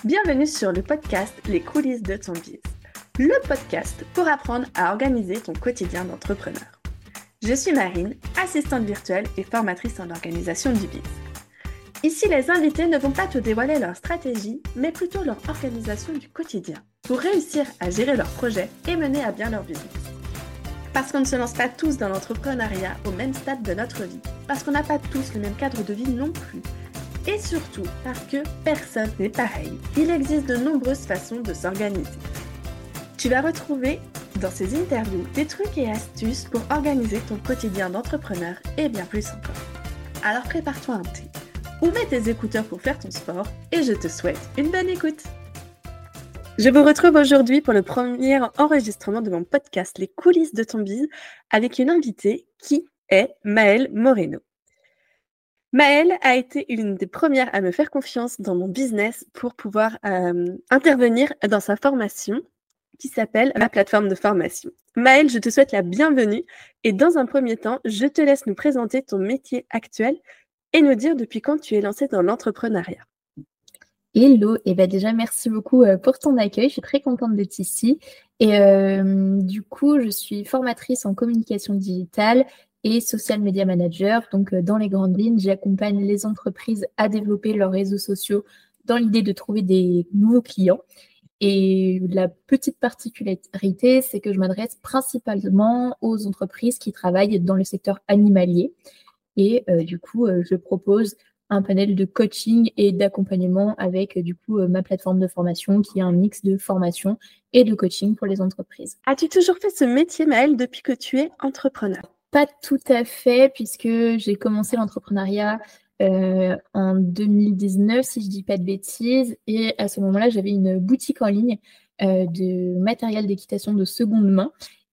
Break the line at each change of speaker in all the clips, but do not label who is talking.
Bienvenue sur le podcast Les coulisses de ton biz, le podcast pour apprendre à organiser ton quotidien d'entrepreneur. Je suis Marine, assistante virtuelle et formatrice en organisation du biz. Ici, les invités ne vont pas te dévoiler leur stratégie, mais plutôt leur organisation du quotidien pour réussir à gérer leurs projets et mener à bien leur business. Parce qu'on ne se lance pas tous dans l'entrepreneuriat au même stade de notre vie, parce qu'on n'a pas tous le même cadre de vie non plus, et surtout parce que personne n'est pareil. Il existe de nombreuses façons de s'organiser. Tu vas retrouver dans ces interviews des trucs et astuces pour organiser ton quotidien d'entrepreneur et bien plus encore. Alors prépare-toi un thé ou mets tes écouteurs pour faire ton sport et je te souhaite une bonne écoute. Je vous retrouve aujourd'hui pour le premier enregistrement de mon podcast Les coulisses de ton biz avec une invitée qui est Maëlle Moreno. Maëlle a été une des premières à me faire confiance dans mon business pour pouvoir intervenir dans sa formation qui s'appelle Ma plateforme de formation. Maëlle, je te souhaite la bienvenue et dans un premier temps, je te laisse nous présenter ton métier actuel et nous dire depuis quand tu es lancée dans l'entrepreneuriat.
Hello, et déjà merci beaucoup pour ton accueil, je suis très contente d'être ici et du coup je suis formatrice en communication digitale et social media manager, donc dans les grandes lignes j'accompagne les entreprises à développer leurs réseaux sociaux dans l'idée de trouver des nouveaux clients et la petite particularité c'est que je m'adresse principalement aux entreprises qui travaillent dans le secteur animalier et du coup je propose un panel de coaching et d'accompagnement avec du coup ma plateforme de formation qui est un mix de formation et de coaching pour les entreprises.
As-tu toujours fait ce métier, Maëlle, depuis que tu es entrepreneur?
Pas tout à fait, puisque j'ai commencé l'entrepreneuriat en 2019, si je dis pas de bêtises, et à ce moment-là, j'avais une boutique en ligne de matériel d'équitation de seconde main.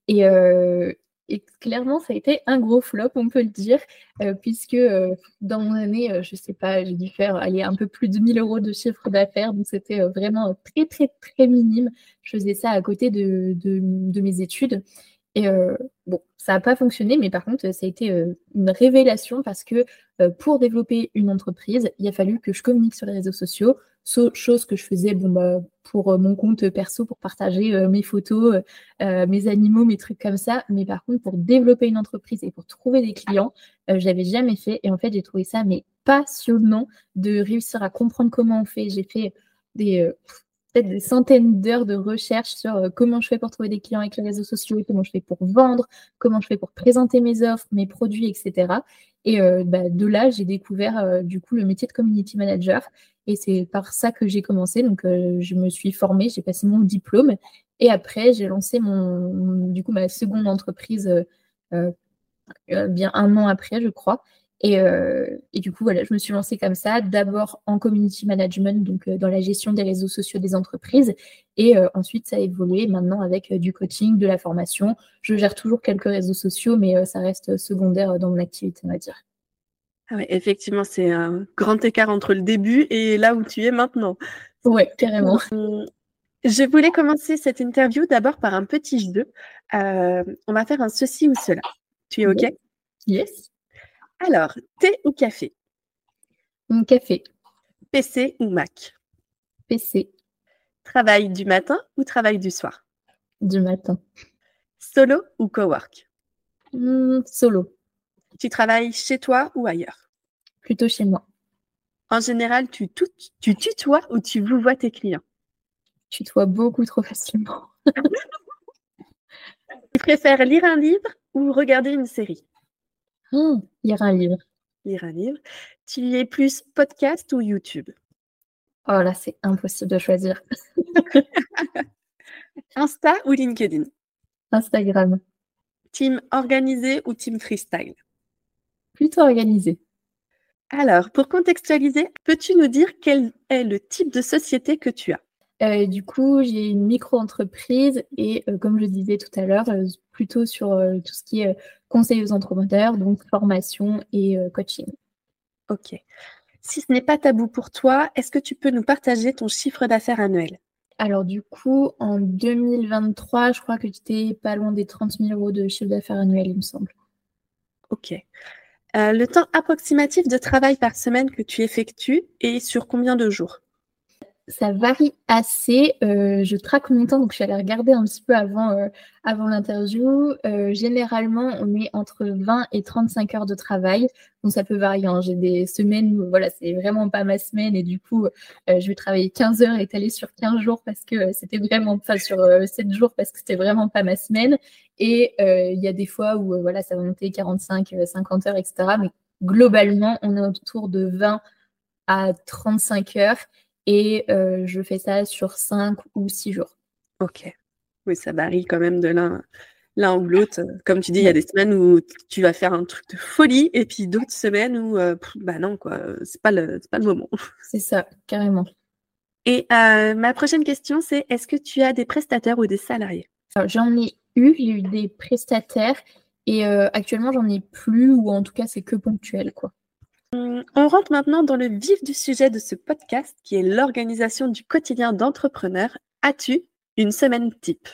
Et clairement, ça a été un gros flop, on peut le dire, puisque dans mon année, je sais pas, j'ai dû faire un peu plus de 1 000 € de chiffre d'affaires, donc c'était vraiment très, très, très minime. Je faisais ça à côté de mes études. Et bon, ça n'a pas fonctionné, mais par contre, ça a été une révélation parce que pour développer une entreprise, il a fallu que je communique sur les réseaux sociaux, chose que je faisais pour mon compte perso, pour partager mes photos, mes animaux, mes trucs comme ça. Mais par contre, pour développer une entreprise et pour trouver des clients, je l'avais jamais fait. Et en fait, j'ai trouvé ça passionnant de réussir à comprendre comment on fait. J'ai fait peut-être des centaines d'heures de recherche sur comment je fais pour trouver des clients avec les réseaux sociaux, comment je fais pour vendre, comment je fais pour présenter mes offres, mes produits, etc. Et de là, j'ai découvert du coup le métier de community manager. Et c'est par ça que j'ai commencé. Donc, je me suis formée, j'ai passé mon diplôme. Et après, j'ai lancé ma seconde entreprise bien 1 an après, je crois. Et du coup, voilà, je me suis lancée comme ça, d'abord en community management, donc dans la gestion des réseaux sociaux des entreprises. Et ensuite, ça a évolué maintenant avec du coaching, de la formation. Je gère toujours quelques réseaux sociaux, mais ça reste secondaire dans mon activité, on va dire.
Ah ouais, effectivement, c'est un grand écart entre le début et là où tu es maintenant.
Ouais, carrément.
Je voulais commencer cette interview d'abord par un petit jeu. On va faire un ceci ou cela. Tu es OK?
Yes.
Alors, thé ou café?
Café.
PC ou Mac?
PC.
Travail du matin ou travail du soir?
Du matin.
Solo ou cowork?
Solo.
Tu travailles chez toi ou ailleurs?
Plutôt chez moi.
En général, tu tutoies ou tu vouvoies tes clients?
Tu tutoies beaucoup trop facilement.
Tu préfères lire un livre ou regarder une série?
Lire un livre.
Lire un livre. Tu es plus podcast ou YouTube?
Oh là, c'est impossible de choisir.
Insta ou LinkedIn?
Instagram.
Team organisé ou team freestyle?
Plutôt organisé.
Alors, pour contextualiser, peux-tu nous dire quel est le type de société que tu as?
Du coup, j'ai une micro-entreprise et comme je disais tout à l'heure, plutôt sur tout ce qui est conseil aux entrepreneurs, donc formation et coaching.
Ok. Si ce n'est pas tabou pour toi, est-ce que tu peux nous partager ton chiffre d'affaires annuel?
Alors du coup, en 2023, je crois que j'étais pas loin des 30 000 € de chiffre d'affaires annuel, il me semble.
Ok. Le temps approximatif de travail par semaine que tu effectues est sur combien de jours?
ça varie assez. Je traque mon temps, donc je suis allée regarder un petit peu avant l'interview. Généralement, on est entre 20 et 35 heures de travail. Donc ça peut varier, hein. J'ai des semaines où voilà, c'est vraiment pas ma semaine et du coup, je vais travailler 15 heures étalées sur 15 jours parce que c'était vraiment pas sur 7 jours parce que c'était vraiment pas ma semaine. Et il y a des fois où voilà, ça va monter 45, 50 heures, etc. Mais globalement, on est autour de 20 à 35 heures et je fais ça sur 5 ou 6 jours.
Ok. Oui, ça varie quand même de l'un ou l'autre. Comme tu dis, il y a
Ouais.
des semaines où tu vas faire un truc de folie et puis d'autres semaines où, bah non, quoi, c'est pas le moment.
C'est ça, carrément.
Et ma prochaine question, c'est est-ce que tu as des prestataires ou des salariés?
Alors, j'ai eu des prestataires et actuellement, j'en ai plus ou en tout cas, c'est que ponctuel, quoi.
On rentre maintenant dans le vif du sujet de ce podcast qui est l'organisation du quotidien d'entrepreneur. As-tu une semaine type?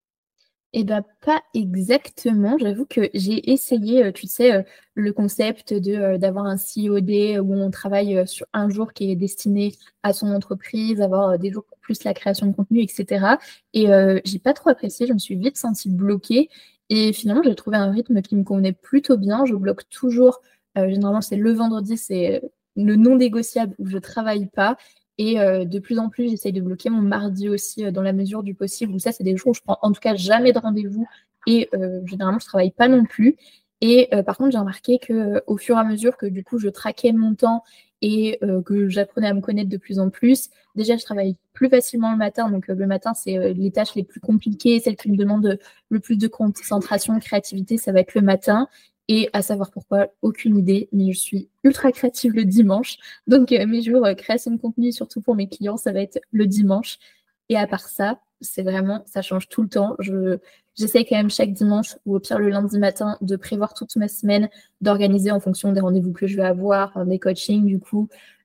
Eh ben, pas exactement. J'avoue que j'ai essayé, tu sais, le concept d'avoir un COD où on travaille sur un jour qui est destiné à son entreprise, avoir des jours pour plus la création de contenu, etc. Et j'ai pas trop apprécié. Je me suis vite sentie bloquée. Et finalement, j'ai trouvé un rythme qui me convenait plutôt bien. Je bloque toujours. Généralement, c'est le vendredi, c'est le non négociable où je travaille pas. Et de plus en plus, j'essaye de bloquer mon mardi aussi dans la mesure du possible. Où ça, c'est des jours où je prends en tout cas jamais de rendez-vous et généralement, je travaille pas non plus. Et par contre, j'ai remarqué que au fur et à mesure que du coup, je traquais mon temps et que j'apprenais à me connaître de plus en plus, déjà, je travaille plus facilement le matin. Donc le matin, c'est les tâches les plus compliquées, celles qui me demandent le plus de concentration, de créativité, ça va être le matin. Et à savoir pourquoi, aucune idée, mais je suis ultra créative le dimanche. Donc, mes jours création de contenu, surtout pour mes clients, ça va être le dimanche. Et à part ça, c'est vraiment, ça change tout le temps. J'essaie quand même chaque dimanche ou au pire le lundi matin de prévoir toute ma semaine, d'organiser en fonction des rendez-vous que je vais avoir, des coachings du coup,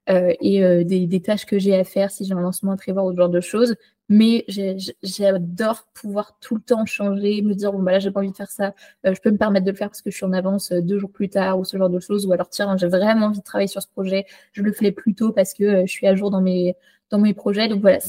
et des tâches que j'ai à faire si j'ai un lancement à prévoir ou ce genre de choses. Mais j'adore pouvoir tout le temps changer, me dire, bon, bah là, j'ai pas envie de faire ça, je peux me permettre de le faire parce que je suis en avance 2 jours plus tard ou ce genre de choses. Ou alors, tiens, j'ai vraiment envie de travailler sur ce projet, je le fais plus tôt parce que je suis à jour dans mes projets. Donc voilà,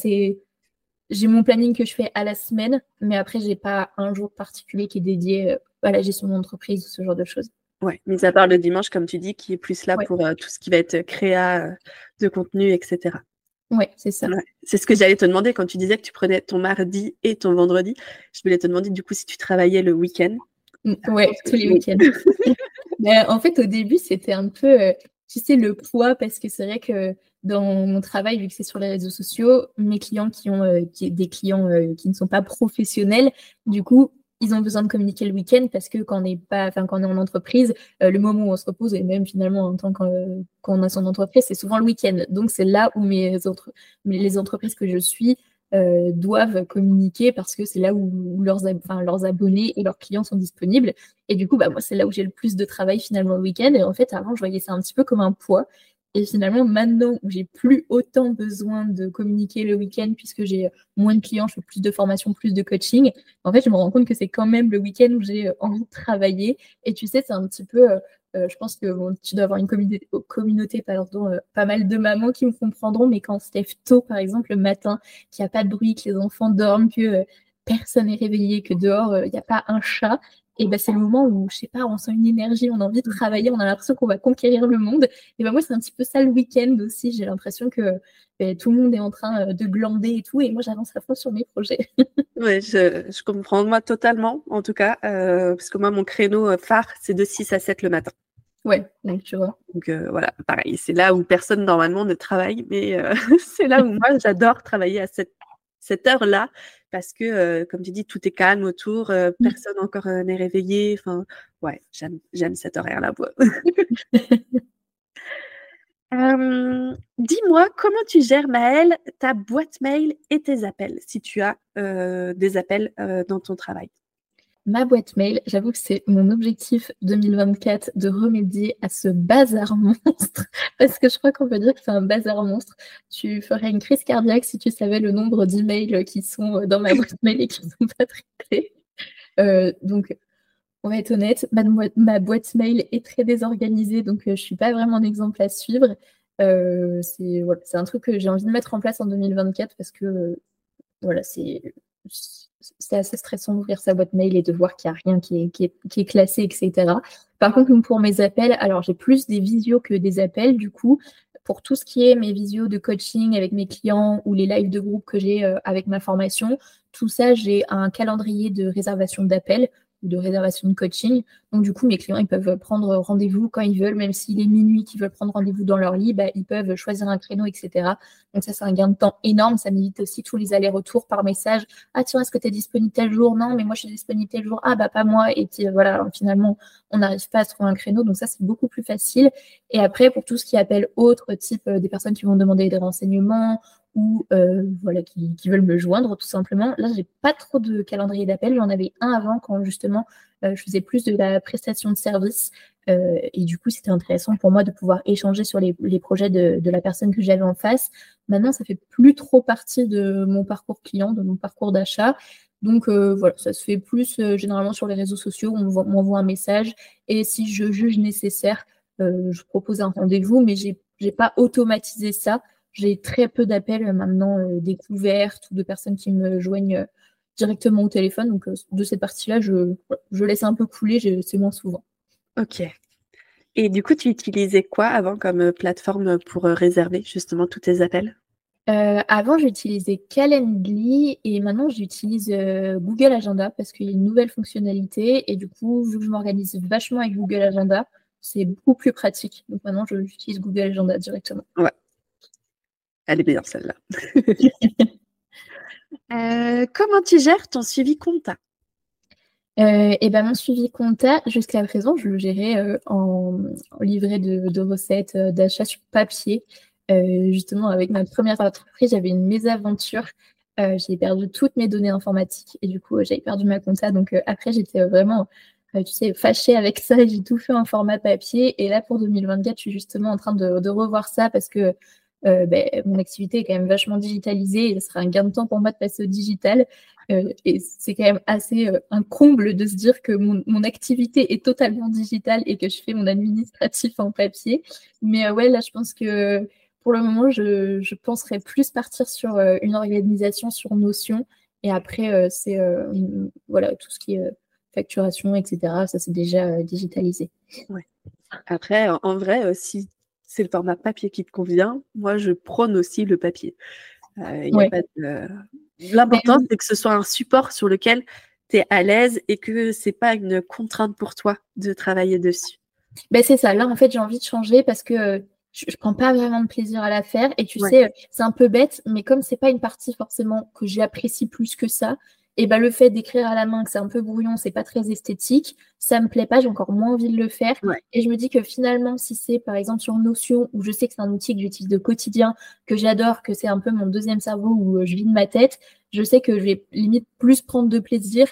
j'ai mon planning que je fais à la semaine, mais après, j'ai pas un jour particulier qui est dédié à la gestion de mon entreprise ou ce genre de choses.
Ouais, mis à part le dimanche, comme tu dis, qui est plus là
Ouais,
pour tout ce qui va être créa de contenu, etc.
ouais, c'est ça.
Ouais. C'est ce que j'allais te demander quand tu disais que tu prenais ton mardi et ton vendredi. Je voulais te demander du coup si tu travaillais le week-end.
Ouais, tous les week-ends. Mais en fait, au début, c'était un peu, tu sais, le poids, parce que c'est vrai que dans mon travail, vu que c'est sur les réseaux sociaux, mes clients des clients qui ne sont pas professionnels, du coup, ils ont besoin de communiquer le week-end parce que quand on est en entreprise, le moment où on se repose, et même finalement en tant qu'on a son entreprise, c'est souvent le week-end. Donc, c'est là où les entreprises que je suis doivent communiquer parce que c'est là où leurs abonnés et leurs clients sont disponibles. Et du coup, bah, moi, c'est là où j'ai le plus de travail finalement le week-end. Et en fait, avant, je voyais ça un petit peu comme un poids. Et finalement, maintenant où j'ai plus autant besoin de communiquer le week-end puisque j'ai moins de clients, je fais plus de formations, plus de coaching, en fait, je me rends compte que c'est quand même le week-end où j'ai envie de travailler. Et tu sais, c'est un petit peu, je pense que bon, tu dois avoir une communauté pardon, pas mal de mamans qui me comprendront, mais quand on se lève tôt, par exemple, le matin, qu'il n'y a pas de bruit, que les enfants dorment, que personne n'est réveillé, que dehors, il n'y a pas un chat, et ben c'est le moment où, je sais pas, on sent une énergie, on a envie de travailler, on a l'impression qu'on va conquérir le monde. Et ben moi, c'est un petit peu ça le week-end aussi. J'ai l'impression que tout le monde est en train de glander et tout, et moi, j'avance à fond sur mes projets.
Oui, je comprends moi totalement, en tout cas, parce que moi, mon créneau phare, c'est de 6 à 7 le matin.
Ouais, donc tu vois.
Donc voilà, pareil, c'est là où personne normalement ne travaille, mais c'est là où moi, j'adore travailler à cette heure-là, parce que, comme tu dis, tout est calme autour, personne encore n'est réveillé. Enfin, ouais, j'aime cet horaire-là. Dis-moi, comment tu gères, Maëlle, ta boîte mail et tes appels, si tu as des appels dans ton travail?
Ma boîte mail, j'avoue que c'est mon objectif 2024 de remédier à ce bazar monstre, parce que je crois qu'on peut dire que c'est un bazar monstre. Tu ferais une crise cardiaque si tu savais le nombre d'emails qui sont dans ma boîte mail et qui ne sont pas traités. Donc, on va être honnête, ma boîte mail est très désorganisée, donc je suis pas vraiment un exemple à suivre. C'est un truc que j'ai envie de mettre en place en 2024 parce que voilà, c'est assez stressant d'ouvrir sa boîte mail et de voir qu'il n'y a rien qui est classé, etc. Par contre, pour mes appels, alors j'ai plus des visios que des appels, du coup, pour tout ce qui est mes visios de coaching avec mes clients ou les lives de groupe que j'ai avec ma formation, tout ça, j'ai un calendrier de réservation d'appels ou de réservation de coaching. Donc, du coup, mes clients, ils peuvent prendre rendez-vous quand ils veulent, même s'il est minuit, qu'ils veulent prendre rendez-vous dans leur lit, ils peuvent choisir un créneau, etc. Donc, ça, c'est un gain de temps énorme. Ça m'évite aussi tous les allers-retours par message. Ah, tiens, est-ce que tu es disponible tel jour? Non, mais moi, je suis disponible tel jour. Ah, pas moi. Et puis, voilà, finalement, on n'arrive pas à se trouver un créneau. Donc, ça, c'est beaucoup plus facile. Et après, pour tout ce qui appelle autre type des personnes qui vont demander des renseignements ou voilà, qui veulent me joindre tout simplement. Là, j'ai pas trop de calendrier d'appel. J'en avais un avant quand justement je faisais plus de la prestation de service. Et du coup, c'était intéressant pour moi de pouvoir échanger sur les projets de la personne que j'avais en face. Maintenant, ça fait plus trop partie de mon parcours client, de mon parcours d'achat. Donc voilà, ça se fait plus généralement sur les réseaux sociaux. On m'envoie un message et si je juge nécessaire, je propose un rendez-vous, mais j'ai pas automatisé ça. J'ai très peu d'appels maintenant découvertes ou de personnes qui me joignent directement au téléphone. Donc, de cette partie-là, je laisse un peu couler, c'est moins souvent.
Ok. Et du coup, tu utilisais quoi avant comme plateforme pour réserver justement tous tes appels?
Avant, j'utilisais Calendly et maintenant, j'utilise Google Agenda parce qu'il y a une nouvelle fonctionnalité. Et du coup, vu que je m'organise vachement avec Google Agenda, c'est beaucoup plus pratique. Donc maintenant, j'utilise Google Agenda directement.
Ouais, elle est bien celle-là. Comment tu gères ton suivi compta?
Et mon suivi compta, jusqu'à présent, je le gérais en livret de recettes, d'achat sur papier. Justement, avec ma première entreprise, j'avais une mésaventure. J'ai perdu toutes mes données informatiques et du coup, j'avais perdu ma compta. Donc après, j'étais vraiment, tu sais, fâchée avec ça et j'ai tout fait en format papier. Et là, pour 2024, je suis justement en train de revoir ça parce que mon activité est quand même vachement digitalisée et ce sera un gain de temps pour moi de passer au digital. Et c'est quand même assez un comble de se dire que mon activité est totalement digitale et que je fais mon administratif en papier. Mais ouais, là, je pense que pour le moment, je penserais plus partir sur une organisation sur Notion. Et après, c'est voilà, tout ce qui est facturation, etc. Ça, c'est déjà digitalisé.
Ouais. Après, en vrai, si c'est le format papier qui te convient, moi, je prône aussi le papier. Y a
Ouais.
pas de... L'important, c'est que ce soit un support sur lequel tu es à l'aise et que c'est pas une contrainte pour toi de travailler dessus.
C'est ça. Là, en fait, j'ai envie de changer parce que je prends pas vraiment de plaisir à la faire. Et tu
Ouais.
sais, c'est un peu bête, mais comme c'est pas une partie forcément que j'apprécie plus que ça, et le fait d'écrire à la main, que c'est un peu brouillon, c'est pas très esthétique, ça me plaît pas, j'ai encore moins envie de le faire.
Ouais.
Et je me dis que finalement, si c'est par exemple sur Notion, où je sais que c'est un outil que j'utilise de quotidien, que j'adore, que c'est un peu mon deuxième cerveau où je vide ma tête, je sais que je vais limite plus prendre de plaisir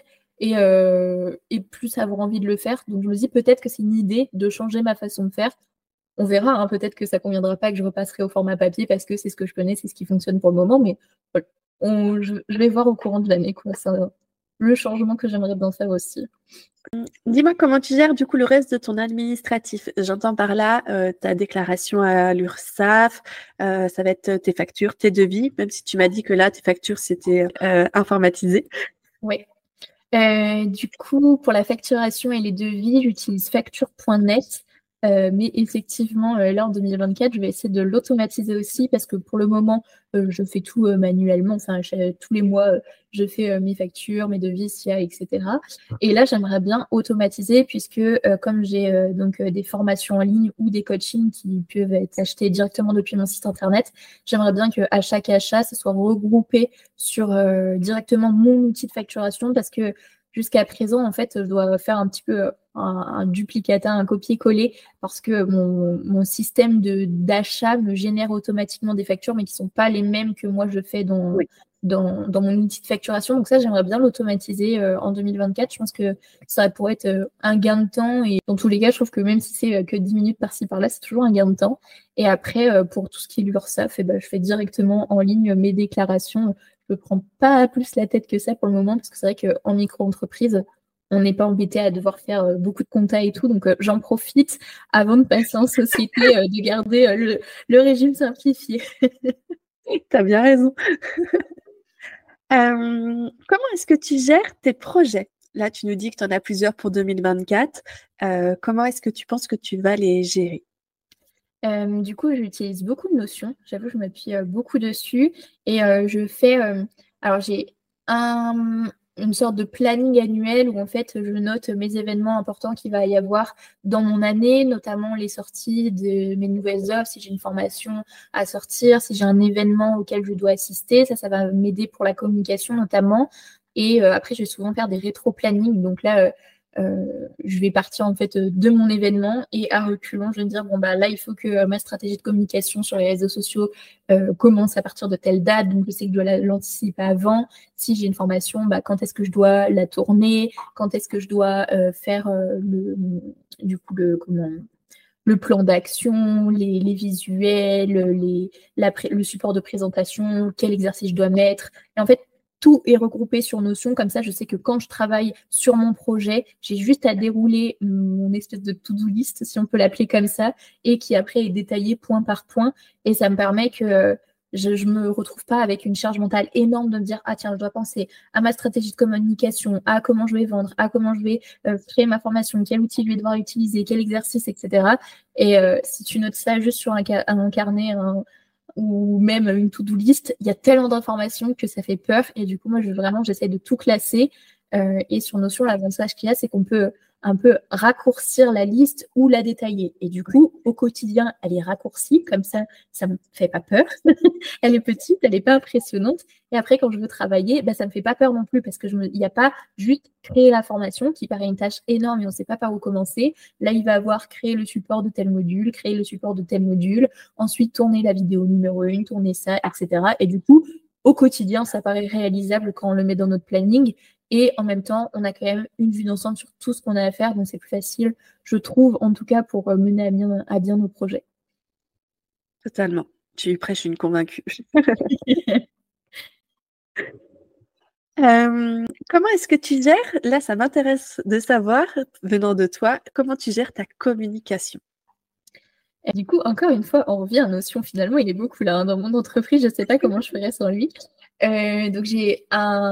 et plus avoir envie de le faire. Donc je me dis peut-être que c'est une idée de changer ma façon de faire. On verra, hein, peut-être que ça conviendra pas, que je repasserai au format papier parce que c'est ce que je connais, c'est ce qui fonctionne pour le moment, mais voilà. Je vais voir au courant de l'année, quoi. C'est le changement que j'aimerais bien faire aussi.
Dis-moi comment tu gères du coup le reste de ton administratif. J'entends par là ta déclaration à l'URSSAF, ça va être tes factures, tes devis, même si tu m'as dit que là, tes factures, c'était informatisé.
Oui. Du coup, pour la facturation et les devis, j'utilise facture.net. Mais effectivement, là en 2024, je vais essayer de l'automatiser aussi parce que pour le moment, je fais tout manuellement. Enfin, tous les mois, je fais mes factures, mes devis, SIA, etc. Et là, j'aimerais bien automatiser puisque comme j'ai donc des formations en ligne ou des coachings qui peuvent être achetés directement depuis mon site internet, j'aimerais bien qu'à chaque achat, ça soit regroupé sur directement mon outil de facturation parce que jusqu'à présent, en fait, je dois faire un petit peu un duplicata, un copier-coller, parce que mon système d'achat me génère automatiquement des factures, mais qui ne sont pas les mêmes que moi je fais dans mon outil de facturation. Donc ça, j'aimerais bien l'automatiser en 2024. Je pense que ça pourrait être un gain de temps. Et dans tous les cas, je trouve que même si c'est que 10 minutes par-ci, par-là, c'est toujours un gain de temps. Et après, pour tout ce qui est l'URSSAF, je fais directement en ligne mes déclarations. Je ne prends pas plus la tête que ça pour le moment, parce que c'est vrai qu'en micro-entreprise, on n'est pas embêté à devoir faire beaucoup de compta et tout. Donc, j'en profite avant de passer en société, de garder le régime simplifié.
Tu as bien raison. Comment est-ce que tu gères tes projets? Là, tu nous dis que tu en as plusieurs pour 2024. Comment est-ce que tu penses que tu vas les gérer?
Du coup, j'utilise beaucoup de Notion. J'avoue, je m'appuie beaucoup dessus. Et je fais... alors, j'ai une sorte de planning annuel où, en fait, je note mes événements importants qu'il va y avoir dans mon année, notamment les sorties de mes nouvelles offres, si j'ai une formation à sortir, si j'ai un événement auquel je dois assister. Ça va m'aider pour la communication, notamment. Et après, je vais souvent faire des rétro-plannings. Donc là, je vais partir en fait de mon événement et à reculons, je vais me dire bon bah là il faut que ma stratégie de communication sur les réseaux sociaux commence à partir de telle date, donc je sais que je dois l'anticiper avant. Si j'ai une formation, bah, quand est-ce que je dois la tourner, quand est-ce que je dois faire le plan d'action, les visuels, le support de présentation, quel exercice je dois mettre. Et en fait, tout est regroupé sur Notion. Comme ça, je sais que quand je travaille sur mon projet, j'ai juste à dérouler mon espèce de to-do list, si on peut l'appeler comme ça, et qui après est détaillé point par point. Et ça me permet que je ne me retrouve pas avec une charge mentale énorme de me dire, ah tiens, je dois penser à ma stratégie de communication, à comment je vais vendre, à comment je vais créer ma formation, quel outil je vais devoir utiliser, quel exercice, etc. Et si tu notes ça juste sur un carnet ou même une to-do list, il y a tellement d'informations que ça fait peur. Et du coup, moi, j'essaie de tout classer. Et sur Notion, l'avantage qu'il y a, c'est qu'on peut un peu raccourcir la liste ou la détailler. Et du coup, au quotidien, elle est raccourcie, comme ça ne me fait pas peur. Elle est petite, elle n'est pas impressionnante. Et après, quand je veux travailler, bah, ça ne me fait pas peur non plus parce que il n'y a pas juste créer la formation qui paraît une tâche énorme et on ne sait pas par où commencer. Là, il va avoir créé le support de tel module, créer le support de tel module, ensuite tourner la vidéo numéro 1, tourner ça, etc. Et du coup, au quotidien, ça paraît réalisable quand on le met dans notre planning. Et en même temps, on a quand même une vue d'ensemble sur tout ce qu'on a à faire. Donc, c'est plus facile, je trouve, en tout cas, pour mener à bien nos projets.
Totalement. Tu prêches une convaincue. Comment est-ce que tu gères, là ça m'intéresse de savoir, venant de toi, comment tu gères ta communication?
Et du coup, encore une fois, on revient à Notion. Finalement, il est beaucoup là dans mon entreprise. Je ne sais pas comment je ferais sans lui. Donc, j'ai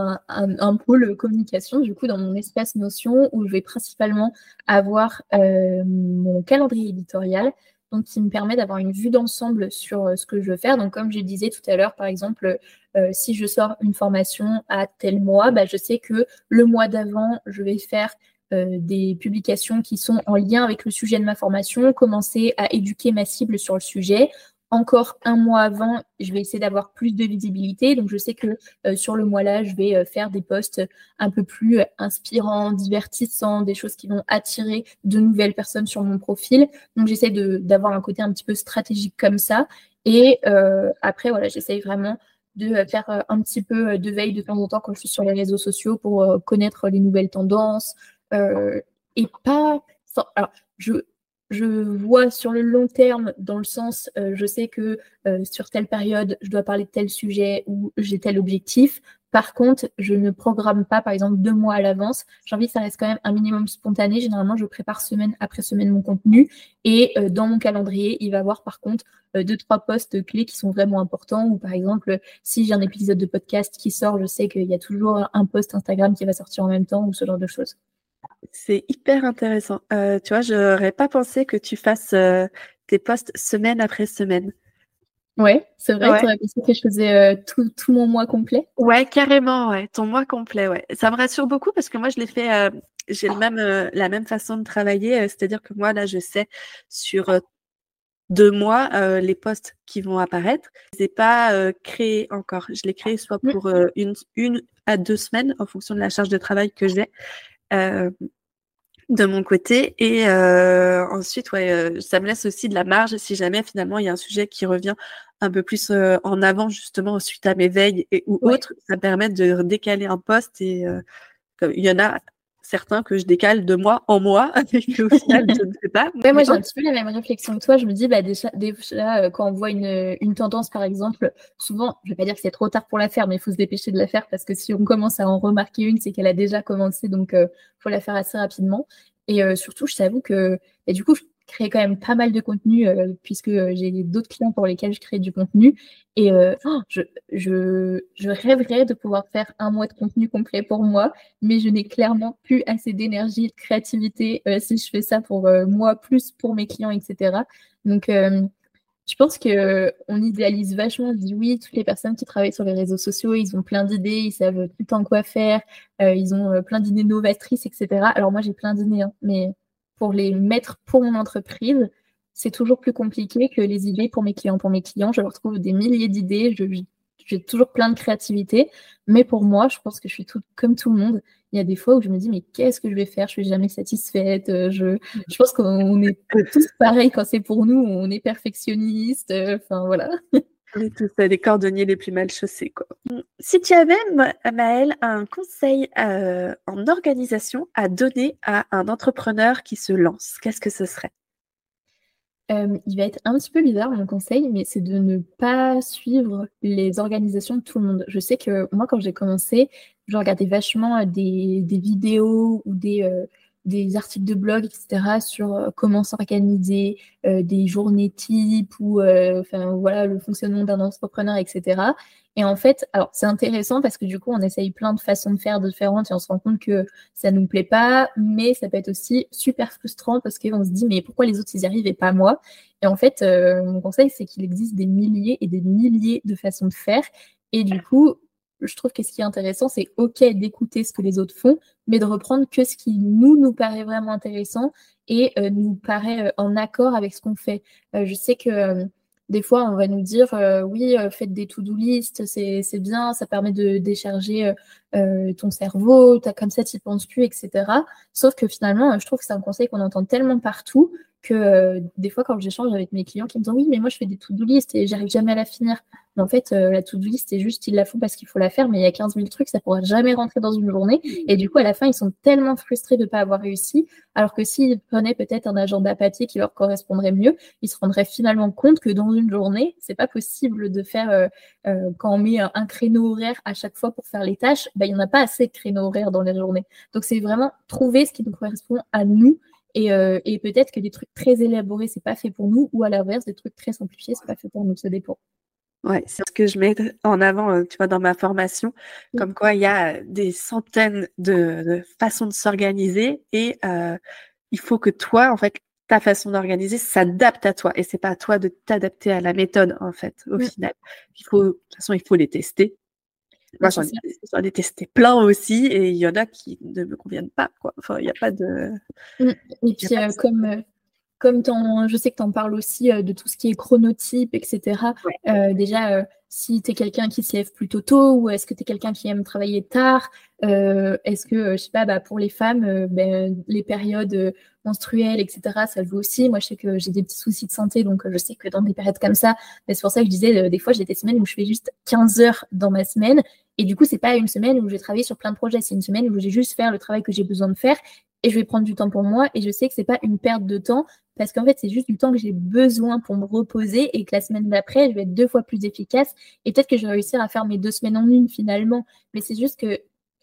un pôle communication, du coup, dans mon espace Notion, où je vais principalement avoir mon calendrier éditorial, donc qui me permet d'avoir une vue d'ensemble sur ce que je veux faire. Donc, comme je disais tout à l'heure, par exemple, si je sors une formation à tel mois, bah, je sais que le mois d'avant, je vais faire des publications qui sont en lien avec le sujet de ma formation, commencer à éduquer ma cible sur le sujet. Encore un mois avant, je vais essayer d'avoir plus de visibilité. Donc, je sais que sur le mois-là, je vais faire des posts un peu plus inspirants, divertissants, des choses qui vont attirer de nouvelles personnes sur mon profil. Donc, j'essaie d'avoir un côté un petit peu stratégique comme ça. Et après, voilà, j'essaie vraiment de faire un petit peu de veille de temps en temps quand je suis sur les réseaux sociaux pour connaître les nouvelles tendances, et pas. Alors, je vois sur le long terme, dans le sens, je sais que sur telle période, je dois parler de tel sujet ou j'ai tel objectif. Par contre, je ne programme pas, par exemple, 2 mois à l'avance. J'ai envie que ça reste quand même un minimum spontané. Généralement, je prépare semaine après semaine mon contenu. Et dans mon calendrier, il va y avoir par contre 2-3 posts clés qui sont vraiment importants. Ou par exemple, si j'ai un épisode de podcast qui sort, je sais qu'il y a toujours un post Instagram qui va sortir en même temps ou ce genre de choses.
C'est hyper intéressant. Tu vois, je n'aurais pas pensé que tu fasses tes posts semaine après semaine.
Ouais, c'est vrai,
Ouais.
tu aurais pensé que je faisais tout mon mois complet?
Ouais, carrément, ouais. Ton mois complet, ouais. Ça me rassure beaucoup parce que moi, je l'ai fait, j'ai la même façon de travailler. C'est-à-dire que moi, là, je sais sur 2 mois les posts qui vont apparaître. Je les ai pas créés encore. Je les crée soit pour une à 2 semaines en fonction de la charge de travail que j'ai. De mon côté et ensuite ça me laisse aussi de la marge si jamais finalement il y a un sujet qui revient un peu plus en avant justement suite à mes veilles ou autres, ça me permet de décaler un post et comme il y en a certains que je décale de mois en mois et qu'au final, je ne sais pas.
Ouais, moi, j'ai un petit peu la même réflexion que toi. Je me dis, déjà, quand on voit une tendance, par exemple, souvent, je vais pas dire que c'est trop tard pour la faire, mais il faut se dépêcher de la faire parce que si on commence à en remarquer une, c'est qu'elle a déjà commencé, donc faut la faire assez rapidement. Et surtout, je t'avoue que, et du coup, je crée quand même pas mal de contenu puisque j'ai d'autres clients pour lesquels je crée du contenu. Et je rêverais de pouvoir faire un mois de contenu complet pour moi, mais je n'ai clairement plus assez d'énergie, de créativité si je fais ça pour moi, plus pour mes clients, etc. Donc, je pense qu'on idéalise vachement. On se dit oui, toutes les personnes qui travaillent sur les réseaux sociaux, ils ont plein d'idées, ils savent tout le temps quoi faire, ils ont plein d'idées novatrices, etc. Alors moi, j'ai plein d'idées, hein, mais pour les mettre pour mon entreprise, c'est toujours plus compliqué que les idées pour mes clients. Pour mes clients, je leur trouve des milliers d'idées, j'ai toujours plein de créativité, mais pour moi, je pense que je suis comme tout le monde. Il y a des fois où je me dis, mais qu'est-ce que je vais faire? Je suis jamais satisfaite. Je pense qu'on est tous pareils quand c'est pour nous. On est perfectionniste. Enfin, voilà.
On est tous les cordonniers les plus mal chaussés, quoi. Si tu avais, Maëlle, un conseil en organisation à donner à un entrepreneur qui se lance, qu'est-ce que ce serait?
Il va être un petit peu bizarre mon conseil, mais c'est de ne pas suivre les organisations de tout le monde. Je sais que moi, quand j'ai commencé, je regardais vachement des vidéos ou des articles de blog, etc., sur comment s'organiser, des journées types ou enfin, voilà, le fonctionnement d'un entrepreneur, etc. Et en fait, alors c'est intéressant parce que du coup, on essaye plein de façons de faire différentes et on se rend compte que ça nous plaît pas, mais ça peut être aussi super frustrant parce qu'on se dit, mais pourquoi les autres, ils y arrivent et pas moi? Et en fait, mon conseil, c'est qu'il existe des milliers et des milliers de façons de faire. Et du coup, je trouve que ce qui est intéressant, c'est OK d'écouter ce que les autres font, mais de reprendre que ce qui nous paraît vraiment intéressant et nous paraît en accord avec ce qu'on fait. Je sais que des fois, on va nous dire oui, faites des to-do list, c'est bien, ça permet de décharger ton cerveau, comme ça, tu n'y penses plus, etc. Sauf que finalement, je trouve que c'est un conseil qu'on entend tellement partout que des fois, quand j'échange avec mes clients qui me disent oui, mais moi, je fais des to-do list et j'arrive jamais à la finir. Mais en fait, la to-do list, c'est juste, ils la font parce qu'il faut la faire, mais il y a 15 000 trucs, ça pourra jamais rentrer dans une journée. Et du coup, à la fin, ils sont tellement frustrés de ne pas avoir réussi, alors que s'ils prenaient peut-être un agenda papier qui leur correspondrait mieux, ils se rendraient finalement compte que dans une journée, c'est pas possible de faire, quand on met un créneau horaire à chaque fois pour faire les tâches, il n'y en a pas assez de créneaux horaires dans la journée. Donc, c'est vraiment trouver ce qui nous correspond à nous. Et peut-être que des trucs très élaborés, c'est pas fait pour nous, ou à l'inverse, des trucs très simplifiés, c'est pas fait pour nous, ça dépend.
Ouais, c'est ce que je mets en avant, tu vois, dans ma formation, comme quoi il y a des centaines de façons de s'organiser et il faut que toi, en fait, ta façon d'organiser s'adapte à toi et c'est pas à toi de t'adapter à la méthode, en fait, au final. De toute façon, il faut les tester. Moi, j'en ai testé plein aussi et il y en a qui ne me conviennent pas, quoi. Enfin, il n'y a pas de...
Et puis, comme je sais que tu en parles aussi de tout ce qui est chronotype, etc.
Ouais.
Déjà, si tu es quelqu'un qui se lève plutôt tôt ou est-ce que tu es quelqu'un qui aime travailler tard, est-ce que, je sais pas, pour les femmes, les périodes menstruelles, etc., ça joue aussi. Moi, je sais que j'ai des petits soucis de santé, donc je sais que dans des périodes comme ça, c'est pour ça que je disais, des fois, j'ai des semaines où je fais juste 15 heures dans ma semaine. Et du coup, c'est pas une semaine où je vais travailler sur plein de projets, c'est une semaine où j'ai juste faire le travail que j'ai besoin de faire et je vais prendre du temps pour moi et je sais que c'est pas une perte de temps parce qu'en fait, c'est juste du temps que j'ai besoin pour me reposer et que la semaine d'après, je vais être 2 fois plus efficace et peut-être que je vais réussir à faire mes 2 semaines en une finalement. Mais c'est juste que,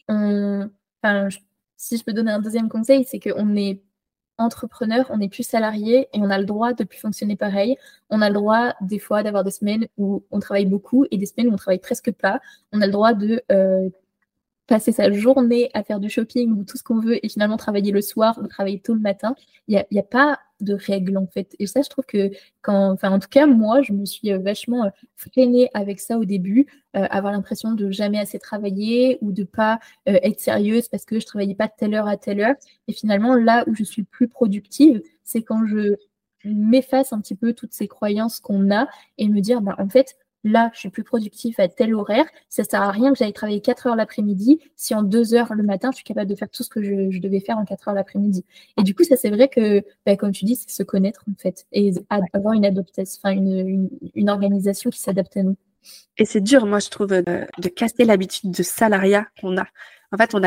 si je peux donner un deuxième conseil, c'est qu'on est entrepreneur, on n'est plus salarié et on a le droit de plus fonctionner pareil. On a le droit des fois d'avoir des semaines où on travaille beaucoup et des semaines où on travaille presque pas. On a le droit de passer sa journée à faire du shopping ou tout ce qu'on veut et finalement travailler le soir ou travailler tôt le matin. Il y a pas de règles en fait. Et ça, je trouve que en tout cas, moi, je me suis vachement freinée avec ça au début, avoir l'impression de jamais assez travailler ou de pas être sérieuse parce que je travaillais pas de telle heure à telle heure. Et finalement, là où je suis plus productive, c'est quand je m'efface un petit peu toutes ces croyances qu'on a et me dire, en fait, là, je suis plus productif à tel horaire. Ça sert à rien que j'aille travailler 4 heures l'après-midi si en 2 heures le matin, je suis capable de faire tout ce que je devais faire en 4 heures l'après-midi. Et du coup, ça, c'est vrai que, comme tu dis, c'est se connaître, en fait, et avoir une adaptation, une organisation qui s'adapte à nous.
Et c'est dur, moi, je trouve, de casser l'habitude de salariat qu'on a. En fait, on a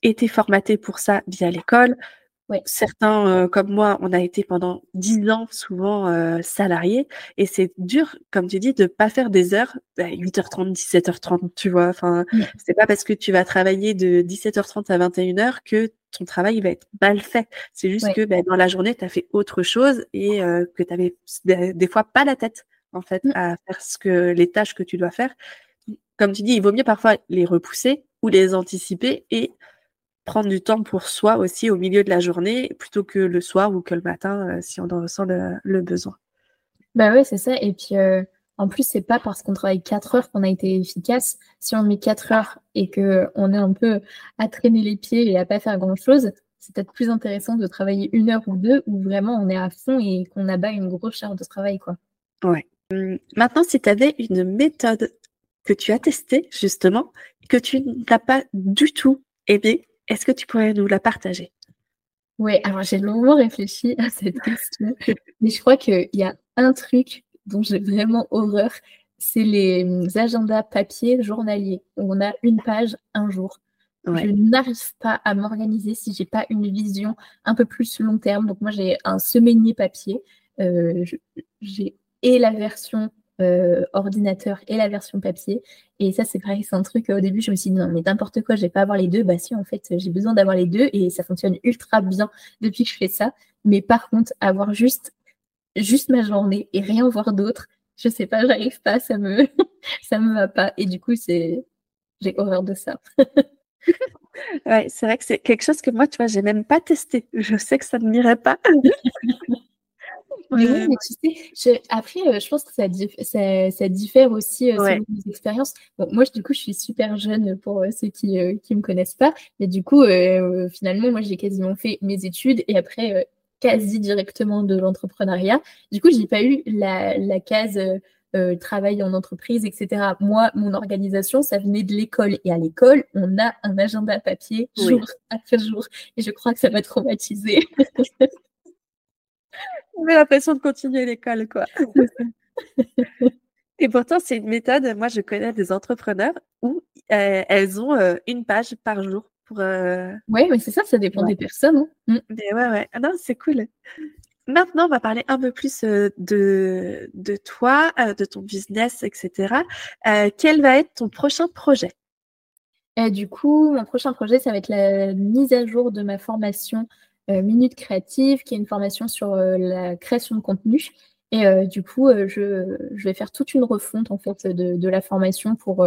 été formaté pour ça via l'école.
Ouais.
Certains, comme moi, on a été pendant 10 ans souvent salariés et c'est dur, comme tu dis, de pas faire des heures, 8h30, 17h30, tu vois? Enfin, c'est pas parce que tu vas travailler de 17h30 à 21h que ton travail va être mal fait. C'est juste
Ouais.
que, dans la journée, tu as fait autre chose et que tu avais des fois pas la tête, en fait, à faire les tâches que tu dois faire. Comme tu dis, il vaut mieux parfois les repousser ou les anticiper et prendre du temps pour soi aussi au milieu de la journée, plutôt que le soir ou que le matin, si on en ressent le besoin.
Bah ouais, c'est ça. Et puis, en plus, c'est pas parce qu'on travaille 4 heures qu'on a été efficace. Si on met 4 heures et qu'on est un peu à traîner les pieds et à pas faire grand-chose, c'est peut-être plus intéressant de travailler 1 heure ou 2 où vraiment on est à fond et qu'on abat une grosse charge de travail, quoi.
Ouais. Maintenant, si tu avais une méthode que tu as testée justement, que tu n'as pas du tout aimée, est-ce que tu pourrais nous la partager?
Ouais, alors j'ai longuement réfléchi à cette question, mais je crois qu'il y a un truc dont j'ai vraiment horreur, c'est les agendas papier journaliers où on a une page, un jour. Je
Ouais.
n'arrive pas à m'organiser si j'ai pas une vision un peu plus long terme. Donc moi, j'ai un semainier papier. J'ai et la version ordinateur et la version papier. Et ça, c'est pareil, c'est un truc, au début, je me suis dit, non, mais n'importe quoi, je vais pas avoir les deux. Bah si, en fait, j'ai besoin d'avoir les deux et ça fonctionne ultra bien depuis que je fais ça. Mais par contre, avoir juste ma journée et rien voir d'autre, je sais pas, j'arrive pas, ça me va pas. Et du coup, j'ai horreur de ça.
Ouais, c'est vrai que c'est quelque chose que moi, tu vois, j'ai même pas testé. Je sais que ça ne m'irait pas.
Mais oui, mais tu sais, après, je pense que ça diffère aussi
Ouais.
selon les expériences. Bon, moi, du coup, je suis super jeune pour ceux qui me connaissent pas. Mais du coup, finalement, moi, j'ai quasiment fait mes études et après, quasi directement de l'entrepreneuriat. Du coup, j'ai pas eu la case travail en entreprise, etc. Moi, mon organisation, ça venait de l'école. Et à l'école, on a un agenda papier
Oui.
jour après jour. Et je crois que ça m'a traumatisée.
On avait l'impression de continuer l'école, quoi.
C'est ça.
Et pourtant, c'est une méthode, moi, je connais des entrepreneurs où elles ont une page par jour pour.
Ouais, mais c'est ça, ça dépend
Ouais.
des personnes, hein.
Mais ouais, ouais. Ah non, c'est cool. Maintenant, on va parler un peu plus de toi, de ton business, etc. Quel va être ton prochain projet?
Et du coup, mon prochain projet, ça va être la mise à jour de ma formation Minute Créative, qui est une formation sur la création de contenu. Et du coup, je vais faire toute une refonte en fait de la formation pour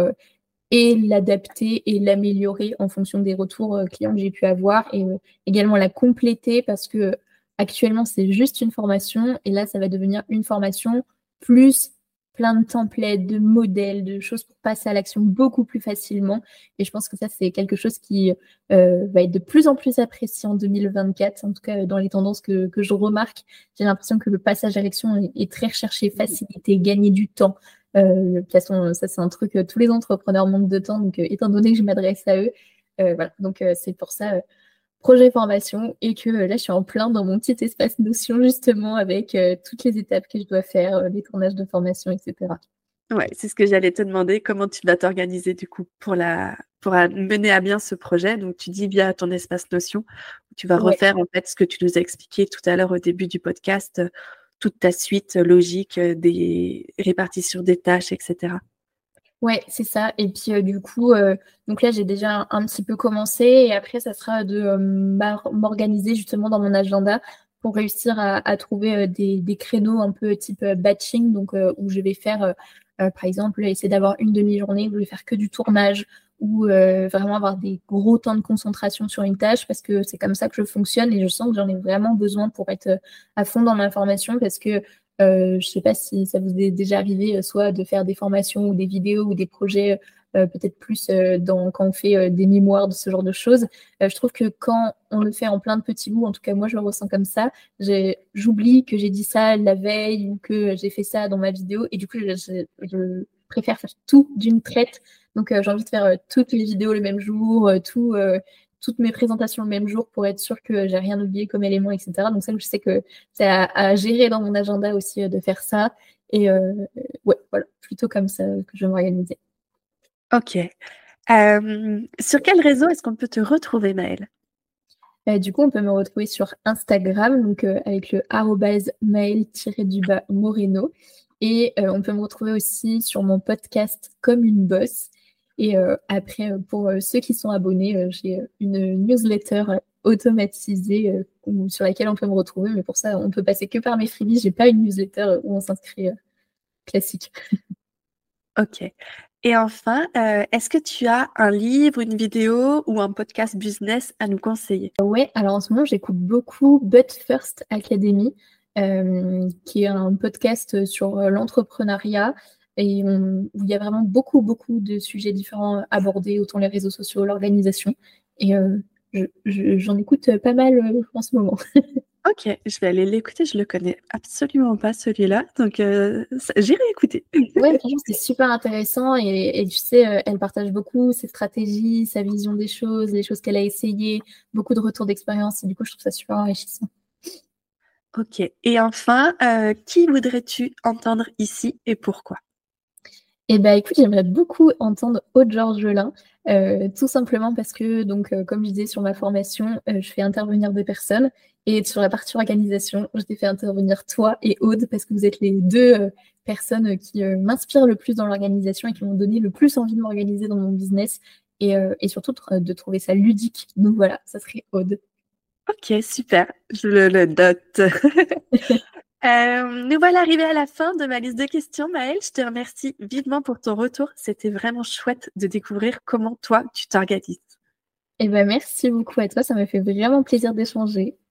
et l'adapter et l'améliorer en fonction des retours clients que j'ai pu avoir et également la compléter parce que actuellement c'est juste une formation et là ça va devenir une formation plus plein de templates, de modèles, de choses pour passer à l'action beaucoup plus facilement et je pense que ça c'est quelque chose qui va être de plus en plus apprécié en 2024, en tout cas dans les tendances que je remarque. J'ai l'impression que le passage à l'action est très recherché, facilité, gagner du temps. De toute façon, ça c'est un truc, tous les entrepreneurs manquent de temps, donc étant donné que je m'adresse à eux, voilà. Donc c'est pour ça, projet formation et que là je suis en plein dans mon petit espace Notion justement avec toutes les étapes que je dois faire, les tournages de formation, etc.
Ouais, c'est ce que j'allais te demander. Comment tu vas t'organiser du coup pour mener à bien ce projet? Donc, tu dis via ton espace Notion, où tu vas
Ouais.
refaire en fait ce que tu nous as expliqué tout à l'heure au début du podcast, toute ta suite logique des répartitions des tâches, etc.
Ouais, c'est ça. Et puis du coup, donc là j'ai déjà un petit peu commencé et après ça sera de m'organiser justement dans mon agenda pour réussir à trouver des créneaux un peu type batching, donc où je vais faire par exemple essayer d'avoir une demi-journée où je vais faire que du tournage ou vraiment avoir des gros temps de concentration sur une tâche parce que c'est comme ça que je fonctionne et je sens que j'en ai vraiment besoin pour être à fond dans ma formation parce que je ne sais pas si ça vous est déjà arrivé, soit de faire des formations ou des vidéos ou des projets peut-être plus quand on fait des mémoires de ce genre de choses. Je trouve que quand on le fait en plein de petits bouts, en tout cas moi je le ressens comme ça, j'oublie que j'ai dit ça la veille ou que j'ai fait ça dans ma vidéo et du coup je préfère faire tout d'une traite. Donc j'ai envie de faire toutes les vidéos le même jour, toutes mes présentations le même jour pour être sûre que j'ai rien oublié comme élément, etc. Donc ça, je sais que c'est à gérer dans mon agenda aussi de faire ça. Et ouais, voilà, plutôt comme ça que je vais m'organiser.
Ok. Sur quel réseau est-ce qu'on peut te retrouver, Maëlle?
Du coup, on peut me retrouver sur Instagram, donc avec le @mail-moreno. Et on peut me retrouver aussi sur mon podcast Comme une bosse. Et après, pour ceux qui sont abonnés, j'ai une newsletter automatisée sur laquelle on peut me retrouver. Mais pour ça, on peut passer que par mes freebies. J'ai pas une newsletter où on s'inscrit classique.
Ok. Et enfin, est-ce que tu as un livre, une vidéo ou un podcast business à nous conseiller?
Ouais, alors en ce moment, j'écoute beaucoup But First Academy, qui est un podcast sur l'entrepreneuriat et où il y a vraiment beaucoup, beaucoup de sujets différents abordés, autant les réseaux sociaux, l'organisation. Et j'en écoute pas mal en ce moment.
Ok, je vais aller l'écouter. Je le connais absolument pas celui-là, donc j'irai écouter.
Ouais, franchement, c'est super intéressant et tu sais, elle partage beaucoup ses stratégies, sa vision des choses, les choses qu'elle a essayées, beaucoup de retours d'expérience et du coup, je trouve ça super enrichissant.
Ok. Et enfin, qui voudrais-tu entendre ici et pourquoi?
Eh ben, écoute, j'aimerais beaucoup entendre Aude Georgelin, tout simplement parce que, donc, comme je disais sur ma formation, je fais intervenir des personnes. Et sur la partie organisation, je t'ai fait intervenir toi et Aude parce que vous êtes les deux personnes qui m'inspirent le plus dans l'organisation et qui m'ont donné le plus envie de m'organiser dans mon business et surtout de trouver ça ludique. Donc voilà, ça serait Aude.
Ok, super. Je le note. Nous voilà arrivés à la fin de ma liste de questions, Maëlle. Je te remercie vivement pour ton retour. C'était vraiment chouette de découvrir comment toi, tu t'organises.
Eh ben, merci beaucoup à toi, ça m'a fait vraiment plaisir d'échanger.